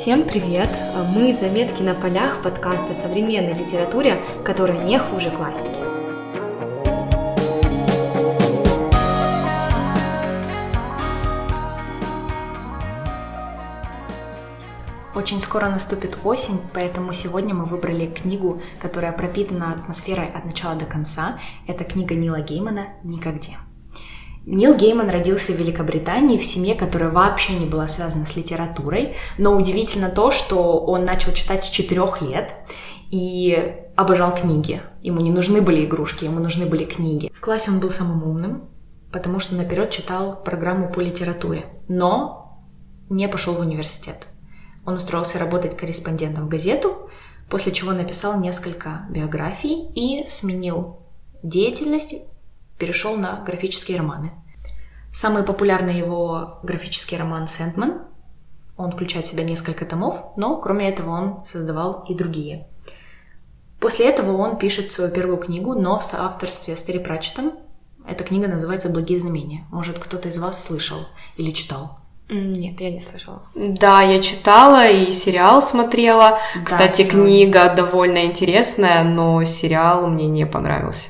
Всем привет! Мы «Заметки на полях» подкаста о современной литературе, которая не хуже классики. Очень скоро наступит осень, поэтому сегодня мы выбрали книгу, которая пропитана атмосферой от начала до конца. Это книга Нила Геймана «Никогде». Нил Гейман родился в Великобритании в семье, которая вообще не была связана с литературой, но удивительно то, что он начал читать с 4 лет и обожал книги. Ему не нужны были игрушки, ему нужны были книги. В классе он был самым умным, потому что наперед читал программу по литературе, но не пошел в университет. Он устроился работать корреспондентом в газету, после чего написал несколько биографий и сменил деятельность, перешел на графические романы. Самый популярный его графический роман «Сэндман». Он включает в себя несколько томов, но кроме этого он создавал и другие. После этого он пишет свою первую книгу, но в соавторстве с Терри Пратчеттом. Эта книга называется «Благие знамения». Может, кто-то из вас слышал или читал? Нет, я не слышала. Да, я читала и сериал смотрела. Да, кстати, книга довольно интересная, но сериал мне не понравился.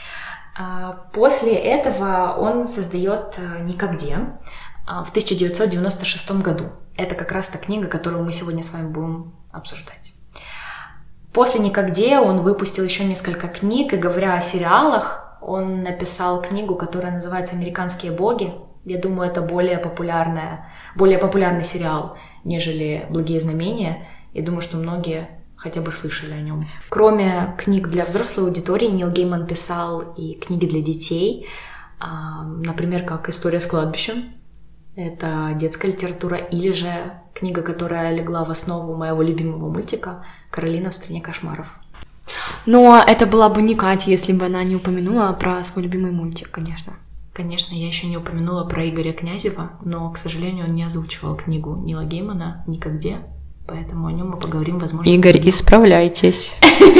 После этого он создает «Никогде» в 1996 году. Это как раз та книга, которую мы сегодня с вами будем обсуждать. После «Никогде» он выпустил еще несколько книг, и говоря о сериалах, он написал книгу, которая называется «Американские боги». Я думаю, это более популярный сериал, нежели «Благие знамения». Я думаю, что многие хотя бы слышали о нем. Кроме книг для взрослой аудитории, Нил Гейман писал и книги для детей, например, как «История с кладбищем». Это детская литература, или же книга, которая легла в основу моего любимого мультика «Каролина в стране кошмаров». Но это была бы не Катя, если бы она не упомянула про свой любимый мультик, конечно. Конечно, я еще не упомянула про Игоря Князева, но, к сожалению, он не озвучивал книгу Нила Геймана «Никогде», поэтому о нем мы поговорим, возможно. Игорь, исправляйтесь.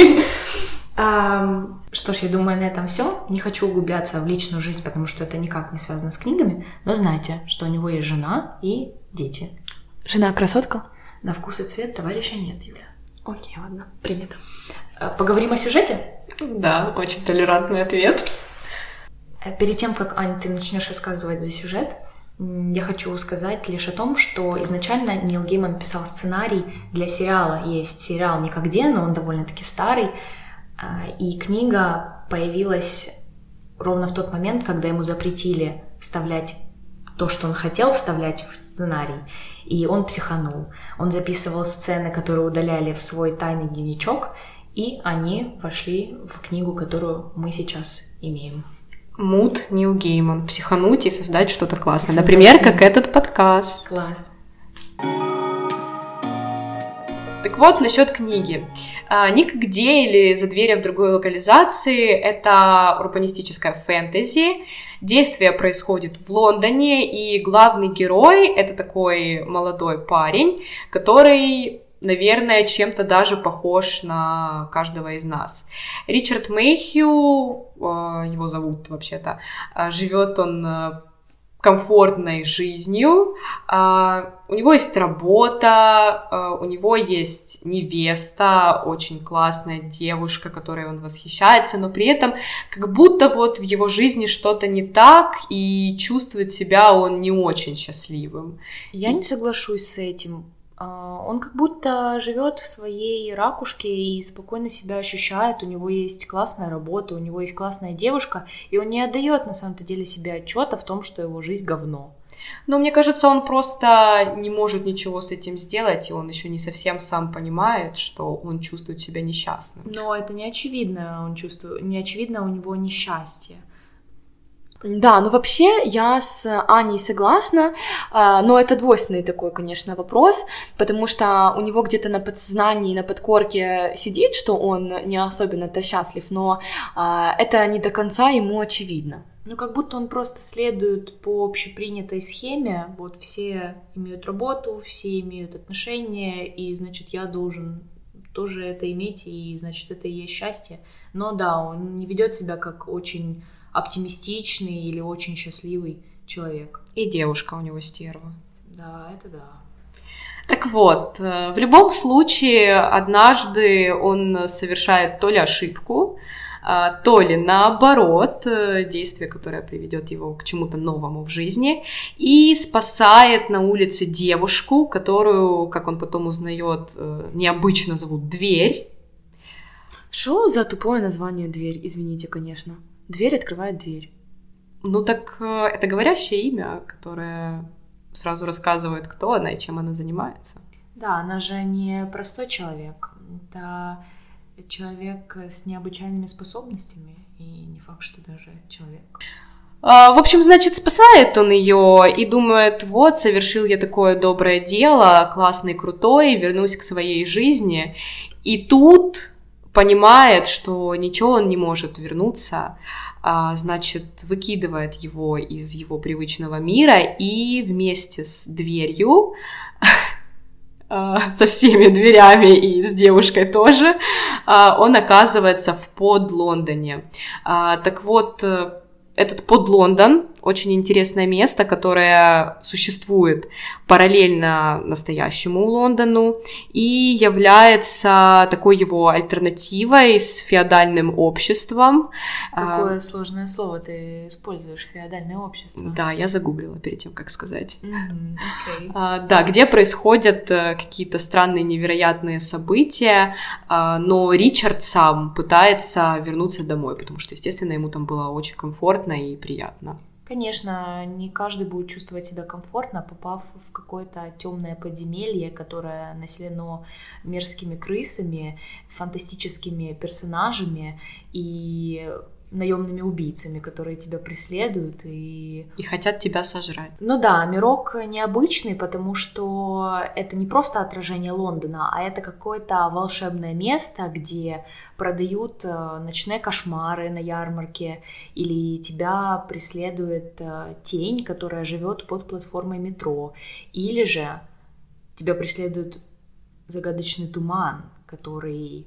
Что ж, я думаю, на этом все. Не хочу углубляться в личную жизнь, потому что это никак не связано с книгами, но знайте, что у него есть жена и дети. Жена красотка? На вкус и цвет товарища нет, Юля. Окей, ладно, принято. Поговорим о сюжете? Да, очень толерантный ответ. Перед тем, как, Ань, ты начнешь рассказывать за сюжет, я хочу сказать лишь о том, что изначально Нил Гейман писал сценарий для сериала. Есть сериал «Никогде», но он довольно-таки старый, и книга появилась ровно в тот момент, когда ему запретили вставлять то, что он хотел вставлять в сценарий, и он психанул. Он записывал сцены, которые удаляли в свой тайный дневничок, и они вошли в книгу, которую мы сейчас имеем. Муд Нил Гейман. Психануть и создать что-то классное. Например, как этот подкаст. Класс. Так вот, насчет книги. «Никогде» или «За дверью в другой локализации» — это урбанистическая фэнтези. Действие происходит в Лондоне, и главный герой — это такой молодой парень, который, наверное, чем-то даже похож на каждого из нас. Ричард Мэйхью, его зовут вообще-то, живет он комфортной жизнью, у него есть работа, у него есть невеста, очень классная девушка, которой он восхищается, но при этом как будто вот в его жизни что-то не так, и чувствует себя он не очень счастливым. Я не соглашусь с этим. Он как будто живет в своей ракушке и спокойно себя ощущает, у него есть классная работа, у него есть классная девушка, и он не отдает на самом-то деле себе отчета в том, что его жизнь говно. Но мне кажется, он просто не может ничего с этим сделать, и он еще не совсем сам понимает, что он чувствует себя несчастным. Но это не очевидно, не очевидно у него несчастье. Да, ну вообще я с Аней согласна, но это двойственный такой, конечно, вопрос, потому что у него где-то на подсознании, на подкорке сидит, что он не особенно-то счастлив, но это не до конца ему очевидно. Ну, как будто он просто следует по общепринятой схеме, вот все имеют работу, все имеют отношения, и, значит, я должен тоже это иметь, и, значит, это и есть счастье. Но да, он не ведет себя как очень оптимистичный или очень счастливый человек. И девушка у него стерва. Да, это да. Так вот, в любом случае, однажды он совершает то ли ошибку, то ли наоборот, действие, которое приведет его к чему-то новому в жизни, и спасает на улице девушку, которую, как он потом узнает, необычно зовут Дверь. Что за тупое название «Дверь»? Извините, конечно. Дверь открывает дверь. Ну так это говорящее имя, которое сразу рассказывает, кто она и чем она занимается. Да, она же не простой человек. Это человек с необычайными способностями, и не факт, что даже человек. В общем, значит, спасает он ее и думает, вот, совершил я такое доброе дело, классный, крутой, вернусь к своей жизни. И тут понимает, что ничего он не может вернуться, значит, выкидывает его из его привычного мира и вместе с дверью, со всеми дверями и с девушкой тоже, он оказывается в Под-Лондоне. Так вот, этот Под-Лондон очень интересное место, которое существует параллельно настоящему Лондону и является такой его альтернативой с феодальным обществом. Какое сложное слово ты используешь, феодальное общество. Да, я загуглила перед тем, как сказать. Okay. Да, где происходят какие-то странные, невероятные события, но Ричард сам пытается вернуться домой, потому что, естественно, ему там было очень комфортно и приятно. Конечно, не каждый будет чувствовать себя комфортно, попав в какое-то темное подземелье, которое населено мерзкими крысами, фантастическими персонажами и наемными убийцами, которые тебя преследуют и хотят тебя сожрать. Ну да, мирок необычный, потому что это не просто отражение Лондона, а это какое-то волшебное место, где продают ночные кошмары на ярмарке, или тебя преследует тень, которая живет под платформой метро, или же тебя преследует загадочный туман, который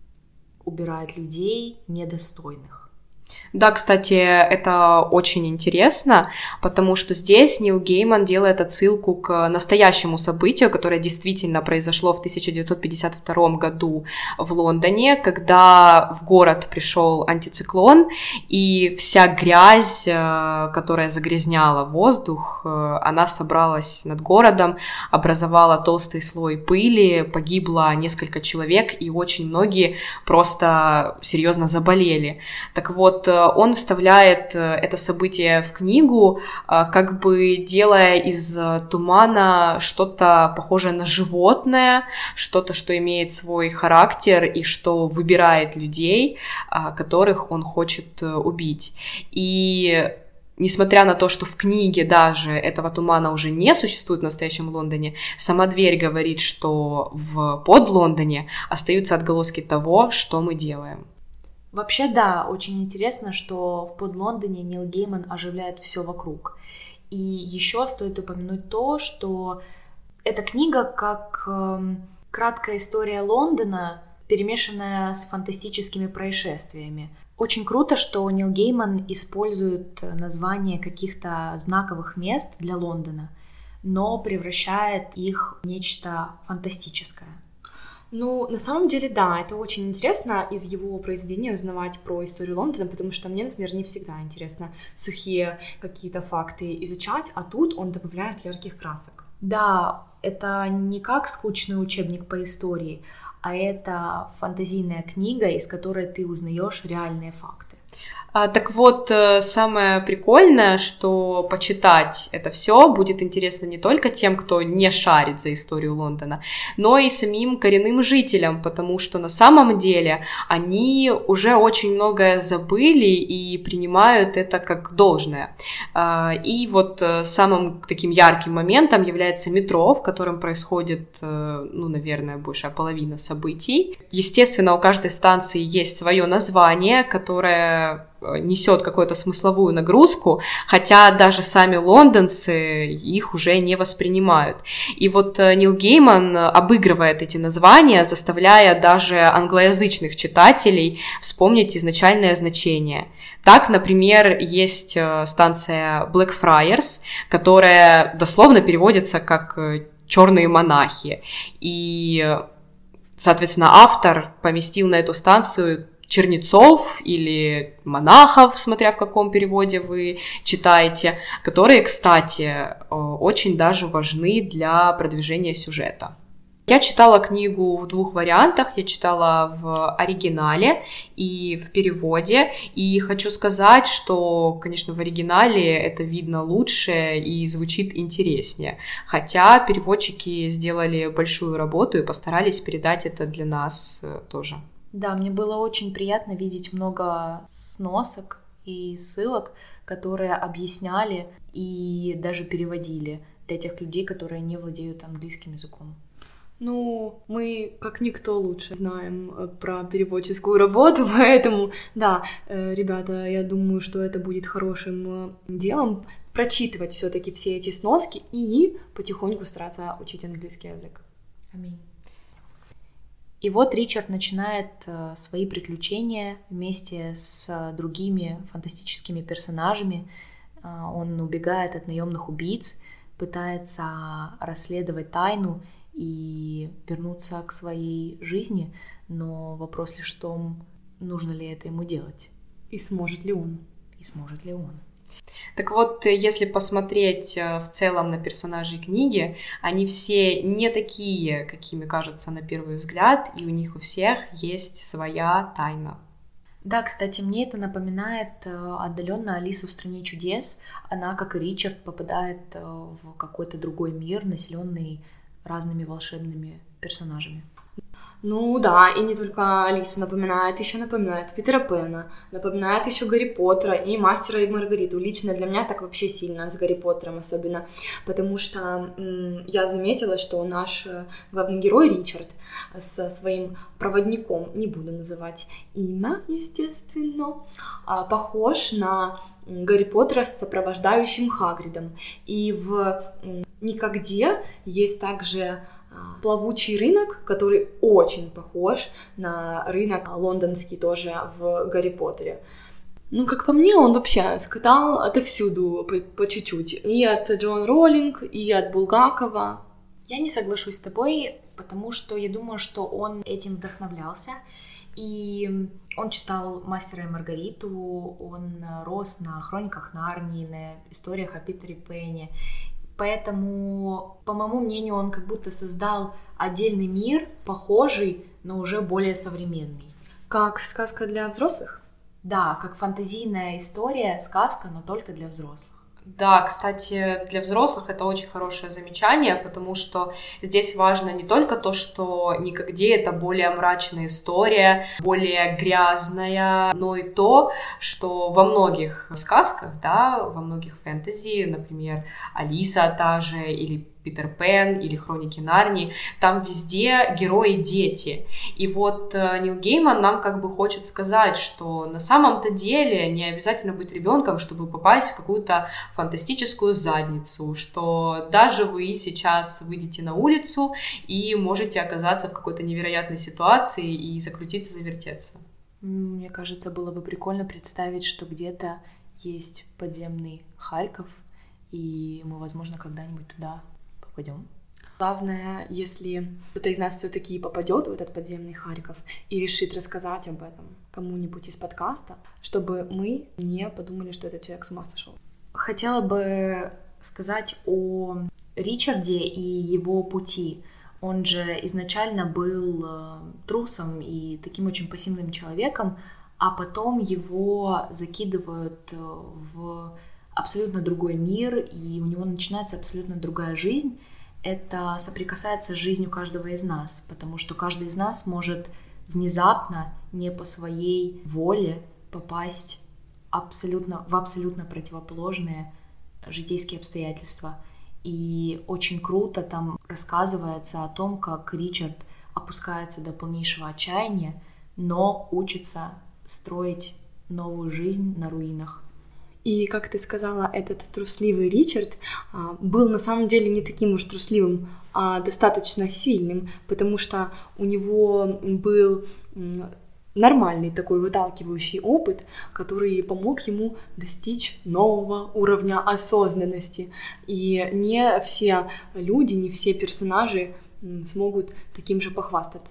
убирает людей недостойных. Да, кстати, это очень интересно, потому что здесь Нил Гейман делает отсылку к настоящему событию, которое действительно произошло в 1952 году в Лондоне, когда в город пришел антициклон, и вся грязь, которая загрязняла воздух, она собралась над городом, образовала толстый слой пыли, погибло несколько человек, и очень многие просто серьезно заболели. Так вот, он вставляет это событие в книгу, как бы делая из тумана что-то похожее на животное, что-то, что имеет свой характер и что выбирает людей, которых он хочет убить. И несмотря на то, что в книге даже этого тумана уже не существует в настоящем Лондоне, сама Дверь говорит, что в Под-Лондоне остаются отголоски того, что мы делаем. Вообще, да, очень интересно, что в Под-Лондоне Нил Гейман оживляет все вокруг. И еще стоит упомянуть то, что эта книга как краткая история Лондона, перемешанная с фантастическими происшествиями. Очень круто, что Нил Гейман использует названия каких-то знаковых мест для Лондона, но превращает их в нечто фантастическое. Ну, на самом деле, да, это очень интересно из его произведения узнавать про историю Лондона, потому что мне, например, не всегда интересно сухие какие-то факты изучать, а тут он добавляет ярких красок. Да, это не как скучный учебник по истории, а это фантазийная книга, из которой ты узнаешь реальные факты. Так вот, самое прикольное, что почитать это все будет интересно не только тем, кто не шарит за историю Лондона, но и самим коренным жителям, потому что на самом деле они уже очень многое забыли и принимают это как должное. И вот самым таким ярким моментом является метро, в котором происходит, ну, наверное, большая половина событий. Естественно, у каждой станции есть свое название, которое несет какую-то смысловую нагрузку, хотя даже сами лондонцы их уже не воспринимают. И вот Нил Гейман обыгрывает эти названия, заставляя даже англоязычных читателей вспомнить изначальное значение. Так, например, есть станция Blackfriars, которая дословно переводится как черные монахи. И, соответственно, автор поместил на эту станцию чернецов или монахов, смотря в каком переводе вы читаете, которые, кстати, очень даже важны для продвижения сюжета. Я читала книгу в 2 вариантах, я читала в оригинале и в переводе, и хочу сказать, что, конечно, в оригинале это видно лучше и звучит интереснее, хотя переводчики сделали большую работу и постарались передать это для нас тоже. Да, мне было очень приятно видеть много сносок и ссылок, которые объясняли и даже переводили для тех людей, которые не владеют английским языком. Ну, мы как никто лучше знаем про переводческую работу, поэтому, да, ребята, я думаю, что это будет хорошим делом прочитывать все-таки все эти сноски и потихоньку стараться учить английский язык. Аминь. И вот Ричард начинает свои приключения вместе с другими фантастическими персонажами. Он убегает от наемных убийц, пытается расследовать тайну и вернуться к своей жизни, но вопрос лишь в том, нужно ли это ему делать. И сможет ли он? Так вот, если посмотреть в целом на персонажей книги, они все не такие, какими кажутся на первый взгляд, и у них у всех есть своя тайна. Да, кстати, мне это напоминает отдаленно Алису в стране чудес. Она, как и Ричард, попадает в какой-то другой мир, населенный разными волшебными персонажами. Ну да, и не только Алису напоминает, еще напоминает Питера Пэна, напоминает еще Гарри Поттера и Мастера и Маргариту. Лично для меня так вообще сильно, с Гарри Поттером особенно, потому что я заметила, что наш главный герой Ричард со своим проводником, не буду называть имя, естественно, похож на Гарри Поттера с сопровождающим Хагридом. И в «Никогде» есть также плавучий рынок, который очень похож на рынок лондонский тоже в Гарри Поттере. Ну, как по мне, он вообще скатал отовсюду по чуть-чуть. И от Джоан Роулинг, и от Булгакова. Я не соглашусь с тобой, потому что я думаю, что он этим вдохновлялся. И он читал «Мастера и Маргариту», он рос на «Хрониках Нарнии», на историях о Питере Пэне. Поэтому, по моему мнению, он как будто создал отдельный мир, похожий, но уже более современный. Как сказка для взрослых? Да, как фантазийная история, сказка, но только для взрослых. Да, кстати, для взрослых это очень хорошее замечание, потому что здесь важно не только то, что «Никогде» — это более мрачная история, более грязная, но и то, что во многих сказках, да, во многих фэнтези, например, Алиса та же, или Питер Пэн, или Хроники Нарнии, там везде герои дети. И вот Нил Гейман нам как бы хочет сказать, что на самом-то деле не обязательно быть ребенком, чтобы попасть в какую-то фантастическую задницу, что даже вы сейчас выйдете на улицу и можете оказаться в какой-то невероятной ситуации и закрутиться, завертеться. Мне кажется, было бы прикольно представить, что где-то есть подземный Харьков, и мы, возможно, когда-нибудь туда попадем. Главное, если кто-то из нас все-таки попадет в этот подземный Харьков и решит рассказать об этом кому-нибудь из подкаста, чтобы мы не подумали, что этот человек с ума сошел. Хотела бы сказать о Ричарде и его пути. Он же изначально был трусом и таким очень пассивным человеком, а потом его закидывают в абсолютно другой мир, и у него начинается абсолютно другая жизнь. Это соприкасается с жизнью каждого из нас, потому что каждый из нас может внезапно, не по своей воле, попасть в абсолютно противоположные житейские обстоятельства. И очень круто там рассказывается о том, как Ричард опускается до полнейшего отчаяния, но учится строить новую жизнь на руинах. И, как ты сказала, этот трусливый Ричард был на самом деле не таким уж трусливым, а достаточно сильным, потому что у него был нормальный такой выталкивающий опыт, который помог ему достичь нового уровня осознанности. И не все люди, не все персонажи смогут таким же похвастаться.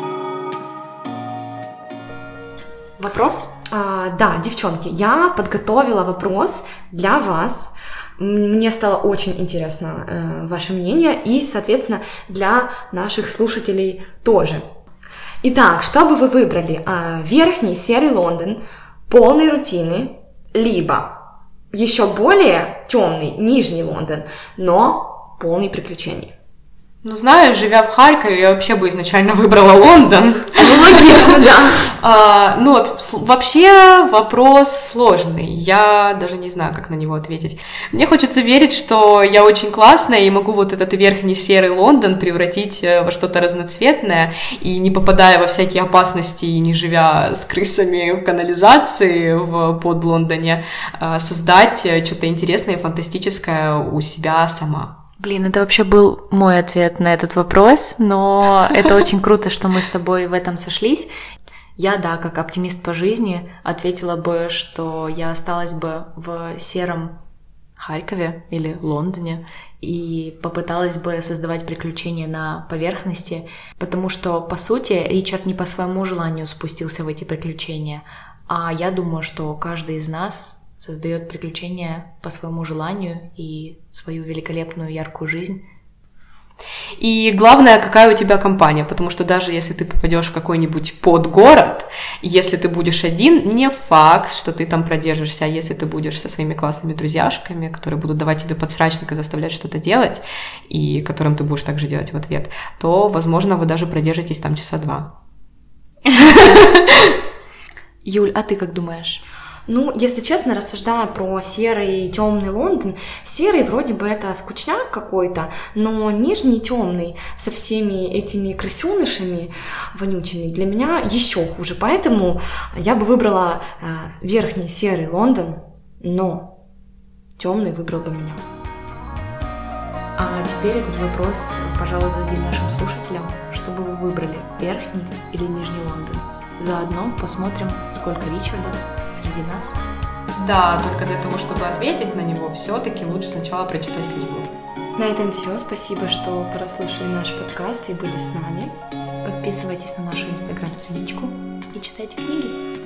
Вопрос? Да, девчонки, я подготовила вопрос для вас. Мне стало очень интересно ваше мнение и, соответственно, для наших слушателей тоже. Итак, что бы вы выбрали? Верхний серый Лондон, полный рутины, либо еще более темный нижний Лондон, но полный приключений? Ну, знаешь, живя в Харькове, я вообще бы изначально выбрала Лондон. Ну, логично, да. Ну, вообще вопрос сложный. Я даже не знаю, как на него ответить. Мне хочется верить, что я очень классная и могу вот этот верхний серый Лондон превратить во что-то разноцветное и, не попадая во всякие опасности и не живя с крысами в канализации в Подлондоне, создать что-то интересное и фантастическое у себя сама. Блин, это вообще был мой ответ на этот вопрос, но это очень круто, что мы с тобой в этом сошлись. Я, да, как оптимист по жизни, ответила бы, что я осталась бы в сером Харькове или Лондоне и попыталась бы создавать приключения на поверхности, потому что, по сути, Ричард не по своему желанию спустился в эти приключения, а я думаю, что каждый из нас создает приключения по своему желанию и свою великолепную яркую жизнь. И главное, какая у тебя компания, потому что даже если ты попадешь в какой-нибудь подгород, если ты будешь один, не факт, что ты там продержишься, а если ты будешь со своими классными друзьяшками, которые будут давать тебе подсрачник и заставлять что-то делать, и которым ты будешь также делать в ответ, то, возможно, вы даже продержитесь там часа 2. Юль, а ты как думаешь? Ну, если честно, рассуждая про серый и темный Лондон, серый вроде бы это скучняк какой-то, но нижний темный со всеми этими крысенышами вонючими для меня еще хуже. Поэтому я бы выбрала верхний серый Лондон, но темный выбрал бы меня. А теперь этот вопрос, пожалуй, зададим нашим слушателям, чтобы вы выбрали верхний или нижний Лондон. Заодно посмотрим, сколько Ричардов среди нас. Да, только для того, чтобы ответить на него, все-таки лучше сначала прочитать книгу. На этом все. Спасибо, что прослушали наш подкаст и были с нами. Подписывайтесь на нашу инстаграм-страничку и читайте книги.